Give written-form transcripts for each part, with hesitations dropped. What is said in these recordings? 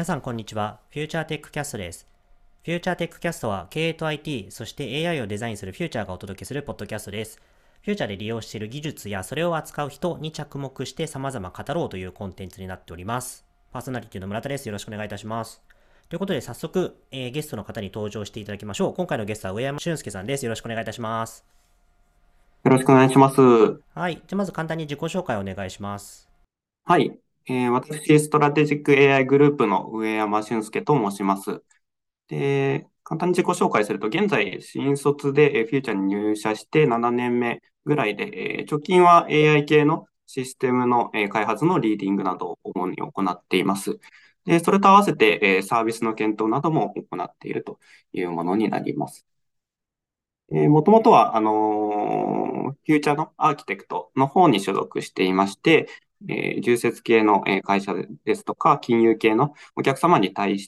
皆さんこんにちは。フューチャーテックキャストです。フューチャーテックキャストは経営と IT、そして AI をデザインするフューチャーがお届けするポッドキャストです。フューチャーで利用している技術やそれを扱う人に着目して様々語ろうというコンテンツになっております。パーソナリティの村田です。よろしくお願いいたします。ということで早速、ゲストの方に登場していただきましょう。今回のゲストは上山俊介さんです。よろしくお願いいたします。 よろしくお願いします。 はい。じゃあまず簡単に自己紹介をお願いします。 はい。私、ストラテジック AI グループの上山俊介と申します。で、簡単に自己紹介すると、現在、新卒でフューチャーに入社して7年目ぐらいで、直近は AI 系のシステムの開発のリーディングなどを主に行っています。で、それと合わせてサービスの検討なども行っているというものになります。もともとは、フューチャーのアーキテクトの方に所属していまして、重設系の会社ですとか、金融系のお客様に対して、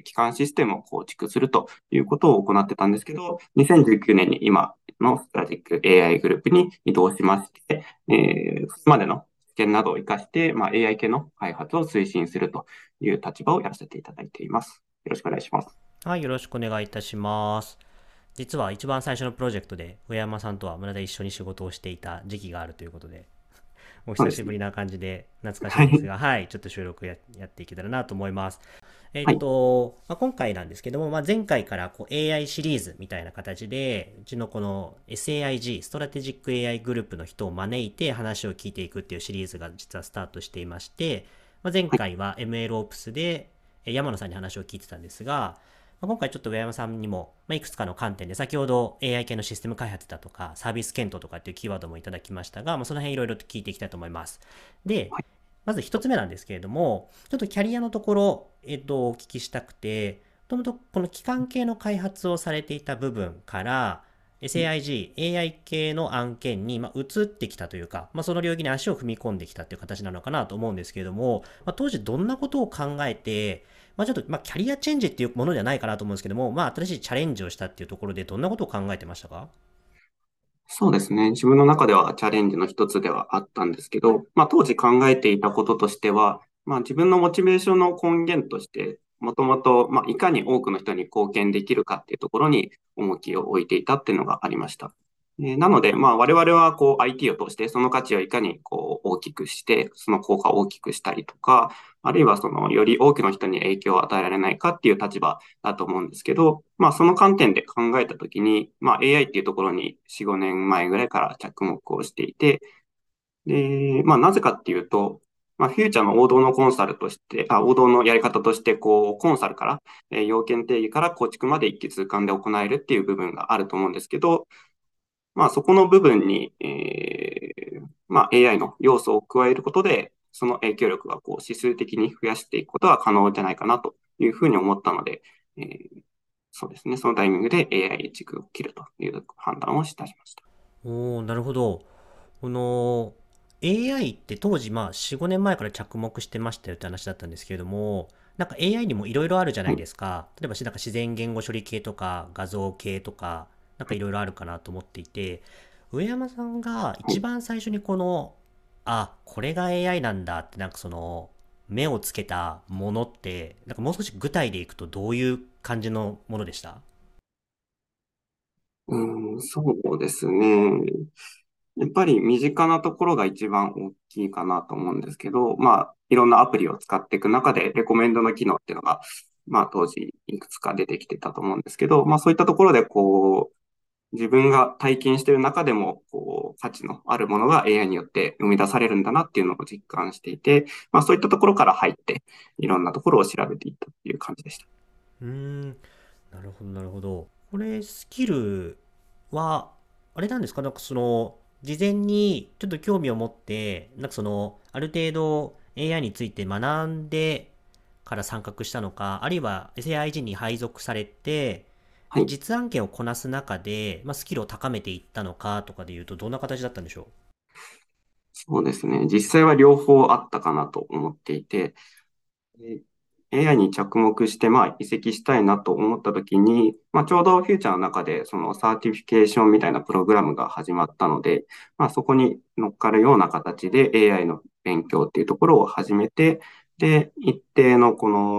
基幹システムを構築するということを行ってたんですけど、2019年に今のストラテジック AI グループに移動しまして、それまでの知見などを活かして、AI 系の開発を推進するという立場をやらせていただいています。よろしくお願いします。 はい。よろしくお願いいたします。実は一番最初のプロジェクトで上山さんとは村で一緒に仕事をしていた時期があるということで、おそうですね。 久しぶりな感じで懐かしいはい。 んですが、はい、ちょっと収録やっていけたらなと思います。 はい。 今回なんですけども、前回からAI シリーズみたいな形で、うちのこの SAIG、ストラテジック AI グループの人を招いて話を聞いていくっていうシリーズが実はスタートしていまして、前はい。 回は MLOps で山野さんに話を聞いてたんですが、今回ちょっと上山さんにも、いくつかの観点で、先ほど AI 系のシステム開発だとか、サービス検討とかっていうキーワードもいただきましたが、その辺いろいろと聞いていきたいと思います。で、 はい。 まず一つ目なんですけれども、ちょっとキャリアのところ、お聞きしたくて、もともとこの機関系の開発をされていた部分から、SAIG、AI 系の案件に、移ってきたというか、その領域に足を踏み込んできたという形なのかなと思うんですけれども、当時どんなことを考えて、ちょっと、キャリアチェンジっていうものではないかなと思うんですけども、新しいチャレンジをしたっていうところで、どんなことを考えてましたか？ そうですね。自分の中ではチャレンジの一つではあったんですけど、当時考えていたこととしては、自分のモチベーションの根源として、もともと、いかに多くの人に貢献できるかっていうところに重きを置いていたっていうのがありました。なので、我々はIT を通してその価値をいかに大きくして、その効果を大きくしたりとか、あるいはより多くの人に影響を与えられないかっていう立場だと思うんですけど、その観点で考えたときに、AI っていうところに4、5年前ぐらいから着目をしていて、で、なぜかっていうと、フューチャーの王道のコンサルとして、王道のやり方として、コンサルから、要件定義から構築まで一気通貫で行えるっていう部分があると思うんですけど、そこの部分に、AI の要素を加えることで、その影響力が指数的に増やしていくことは可能じゃないかなというふうに思ったので、そうですね、そのタイミングで AI 軸を切るという判断をいたしました。 おー、なるほど。この AI って当時4、5年前から着目してましたよって話だったんですけれども、なんか AI にもいろいろあるじゃなはい。 いですか。例えばなんか自然言語処理系とか画像系とか、なんかいろいろあるかなと思っていて、上山さんがはい。 一番最初にこれが AI なんだってなんかその、目をつけたものって、なんかもう少し具体でいくとどういう感じのものでした？ そうですね。やっぱり身近なところが一番大きいかなと思うんですけど、いろんなアプリを使っていく中で、レコメンドの機能っていうのが、当時いくつか出てきてたと思うんですけど、そういったところで、自分が体験している中でも、価値のあるものが AI によって生み出されるんだなっていうのを実感していて、そういったところから入って、いろんなところを調べていったっていう感じでした。 うーん、なるほど、なるほど。これ、スキルは、あれなんですか？なんかその、事前にちょっと興味を持って、なんかその、ある程度 AI について学んでから参画したのか、あるいは SAIG に配属されて、で、 はい。 実案件をこなす中で、スキルを高めていったのかとかで言うと、どんな形だったんでしょそうですね。実際は両方あったかなと思っていて、で AI に着目して、移籍したいなと思った時に、ちょうどフューチャーの中で、そのサーティフィケーションみたいなプログラムが始まったので、そこに乗っかるような形で AI の勉強っていうところを始めて、で、一定の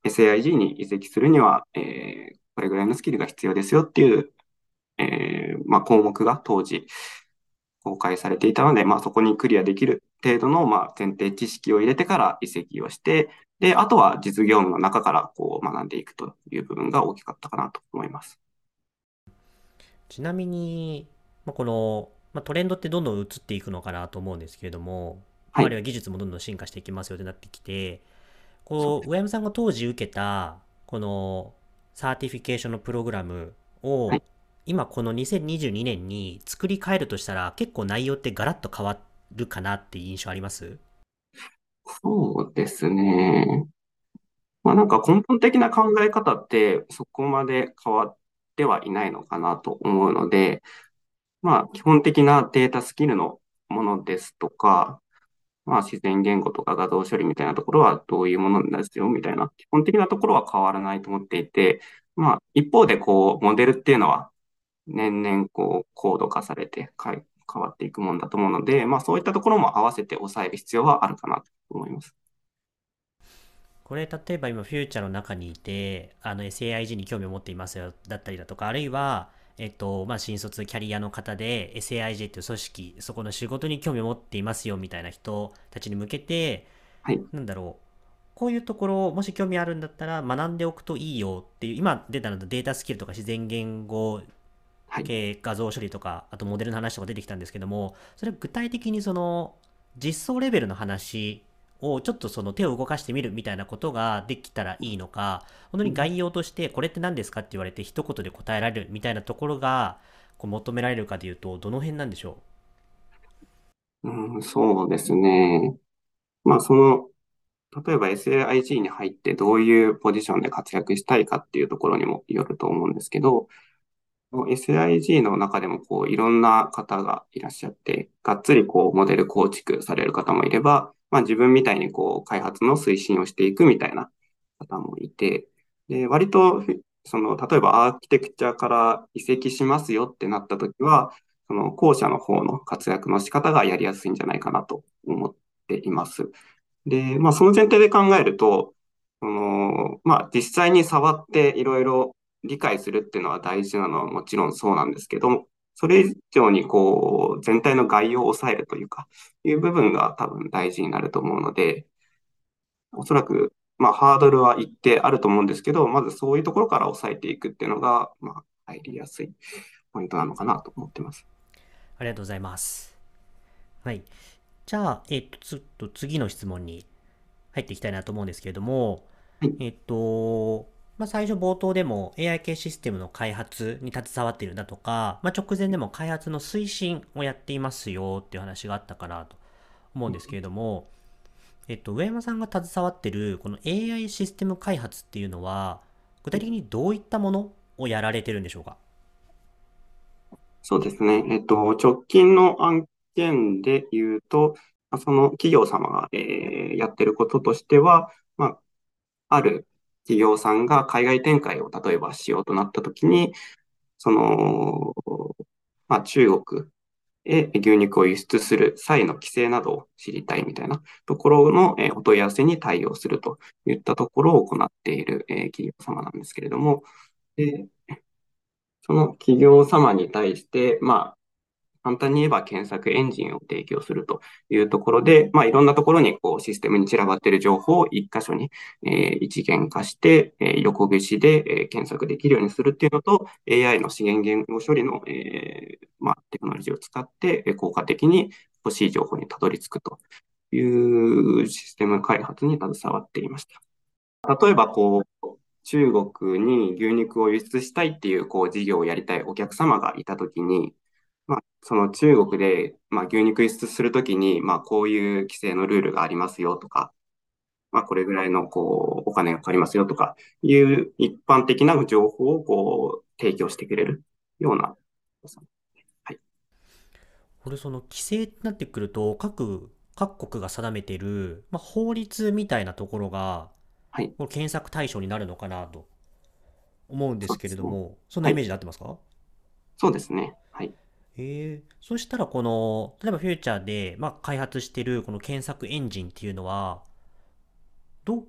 SAIG に移籍するには、これぐらいのスキルが必要ですよっていう、まあ、項目が当時公開されていたので、まあ、そこにクリアできる程度の、まあ、前提知識を入れてから移籍をして、で、あとは実業務の中からこう学んでいくという部分が大きかったかなと思います。 ちなみに、この、トレンドってどんどん移っていくのかなと思うんですけれども、 はい。 あるいは技術もどんどん進化していきますよってなってきて、 そうです。 上山さんが当時受けた、このサーティフィケーションのプログラムを、 はい。 今この2022年に作り変えるとしたら、結構内容ってガラッと変わるかなっていう印象あります？ そうですね。まあなんか根本的な考え方ってそこまで変わってはいないのかなと思うので、まあ基本的なデータスキルのものですとか、まあ自然言語とか画像処理みたいなところはどういうものなんですよみたいな基本的なところは変わらないと思っていて、まあ一方でこうモデルっていうのは年々こう高度化されて変わっていくもんだと思うので、まあそういったところも合わせて抑える必要はあるかなと思います。 これ、例えば今、フューチャーの中にいて、SAIG に興味を持っていますよ、だったりだとか、あるいは、新卒キャリアの方で SAIG っていう組織、そこの仕事に興味を持っていますよ、みたいな人たちに向けて、 はい。 なんだろう、こういうところ、もし興味あるんだったら学んでおくといいよっていう、今出たのとデータスキルとか自然言語はい。 系画像処理とか、あとモデルの話とか出てきたんですけども、それは具体的にその実装レベルの話をちょっとその手を動かしてみるみたいなことができたらいいのか、本当に概要としてこれって何ですかって言われて一言で答えられるみたいなところがこう求められるかでいうと、どの辺なんでしょうん、そうですね。まあその、例えば SAIG に入ってどういうポジションで活躍したいかっていうところにもよると思うんですけど、SIG の中でもこういろんな方がいらっしゃって、がっつりこうモデル構築される方もいれば、まあ自分みたいにこう開発の推進をしていくみたいな方もいて、で、割とその例えばアーキテクチャから移籍しますよってなった時は、その後者の方の活躍の仕方がやりやすいんじゃないかなと思っています。で、まあその前提で考えると、まあ実際に触っていろいろ理解するっていうのは大事なのはもちろんそうなんですけど、それ以上にこう、全体の概要を抑えるというか、いう部分が多分大事になると思うので、おそらく、まあ、ハードルは一定あると思うんですけど、まずそういうところから抑えていくっていうのが、まあ、入りやすいポイントなのかなと思ってます。 う？ありがとうございます。はい。じゃあ、次の質問に入っていきたいなと思うんですけれども、 はい。 えっと、最初冒頭でも AI 系システムの開発に携わっているんだとか、直前でも開発の推進をやっていますよっていう話があったかなと思うんですけれども、上山さんが携わっているこの AI システム開発っていうのは、具体的にどういったものをやられてるんでしょうか？ そうですね。直近の案件で言うと、まあその企業様が、やってることとしては、まあ、ある企業さんが海外展開を例えばしようとなったときに、その、まあ、中国へ牛肉を輸出する際の規制などを知りたいみたいなところの、お問い合わせに対応するといったところを行っている、企業様なんですけれども、で、その企業様に対して、まあ、簡単に言えば検索エンジンを提供するというところで、まあ、いろんなところにこうシステムに散らばっている情報を一箇所に、一元化して、横串で、検索できるようにするっていうのと、AI の資源言語処理の、まあ、テクノロジーを使って、効果的に欲しい情報にたどり着くというシステム開発に携わっていました。例えば、こう、中国に牛肉を輸出したいっていう、こう、事業をやりたいお客様がいたときに、まあ、その中国で、まあ、牛肉輸出するときに、まあ、こういう規制のルールがありますよとか、まあ、これぐらいの、こう、お金がかかりますよとか、いう一般的な情報を、こう、提供してくれるような。はい。 これその規制ってなってくると、各国が定めている、法律みたいなところが、 はい。 この検索対象になるのかなと思うんですけれそうですね。 ども、そんなはい。 イメージになってますか？ そうですね。はい。 そしたらこの、例えばフューチャーで、開発してるこの検索エンジンっていうのは、どう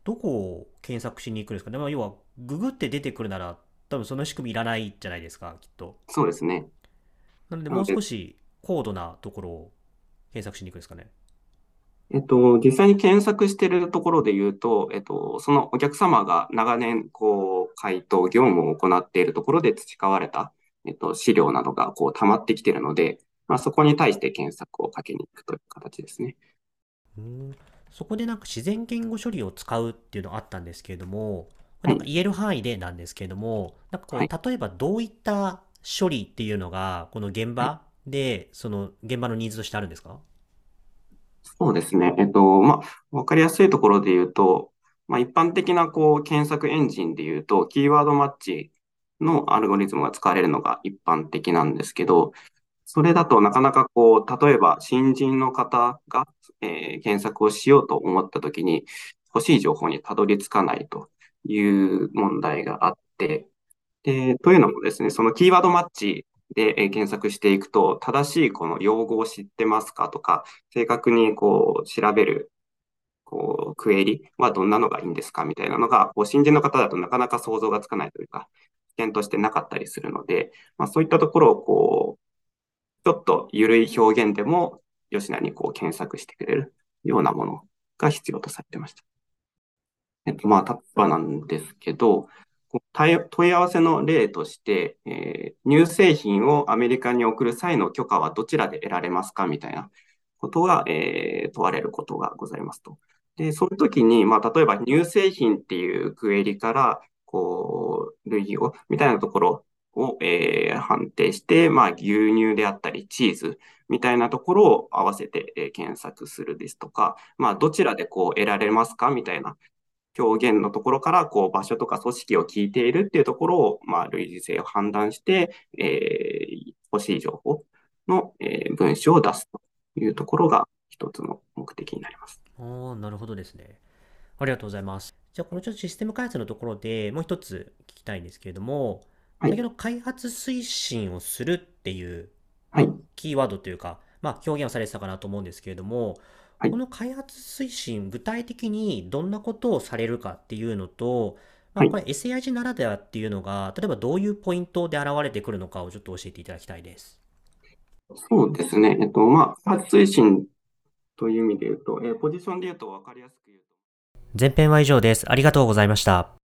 どこを検索しに行くんですかね。まあ、要は、ググって出てくるなら、多分その仕組みいらないじゃないですか、きっと。 そうですね。 なので、もうなので、 少し高度なところを検索しに行くんですかね。 実際に検索しているところで言うと、そのお客様が長年、回答、業務を行っているところで培われた、資料などが、溜まってきているので、まあ、そこに対して検索をかけに行くという形ですね。 うん。そこでなんか自然言語処理を使うっていうのがあったんですけれども、 はい。 なんか言える範囲でなんですけれども、なんかはい。 こう、例えばどういった処理っていうのが、この現はい。 場で、その現場のニーズとしてあるんですか？ そうですね。まあ、わかりやすいところで言うと、まあ、一般的な検索エンジンで言うと、キーワードマッチのアルゴリズムが使われるのが一般的なんですけど、それだとなかなか例えば新人の方が、検索をしようと思ったときに、欲しい情報にたどり着かないという問題があって、というのもですね、そのキーワードマッチで検索していくと、正しいこの用語を知ってますかとか、正確に調べるクエリはどんなのがいいんですかみたいなのが、新人の方だとなかなか想像がつかないというか、危険としてなかったりするので、まあ、そういったところをちょっと緩い表現でも、吉野に検索してくれるようなものが必要とされてました。まあ、例えばなんですけど、問い合わせの例として、乳製品をアメリカに送る際の許可はどちらで得られますかみたいなことが、問われることがございますと。で、その時に、まあ、例えば乳製品っていうクエリから、類語みたいなところを、判定して、まあ、牛乳であったり、チーズみたいなところを合わせて、検索するですとか、まあ、どちらで得られますかみたいな表現のところから、場所とか組織を聞いているっていうところを、まあ、類似性を判断して、欲しい情報の、文章を出すというところが一つの目的になります。 ああ、なるほどですね。ありがとうございます。じゃあ、このちょっとシステム開発のところでもう一つ聞きたいんですけれども、 はい。 先ほど開発推進をするっていう、 はい。 キーワードというか、表現をされてたかなと思うんですけれども、 はい。 この開発推進、具体的にどんなことをされるかっていうのと、 はい。 これ SAIG ならではっていうのが、例えばどういうポイントで現れてくるのかをちょっと教えていただきたいです。 そうですね。まあ、発推進という意味で言うと、ポジションで言うと分かりやすく言うと、 前編は以上です。ありがとうございました。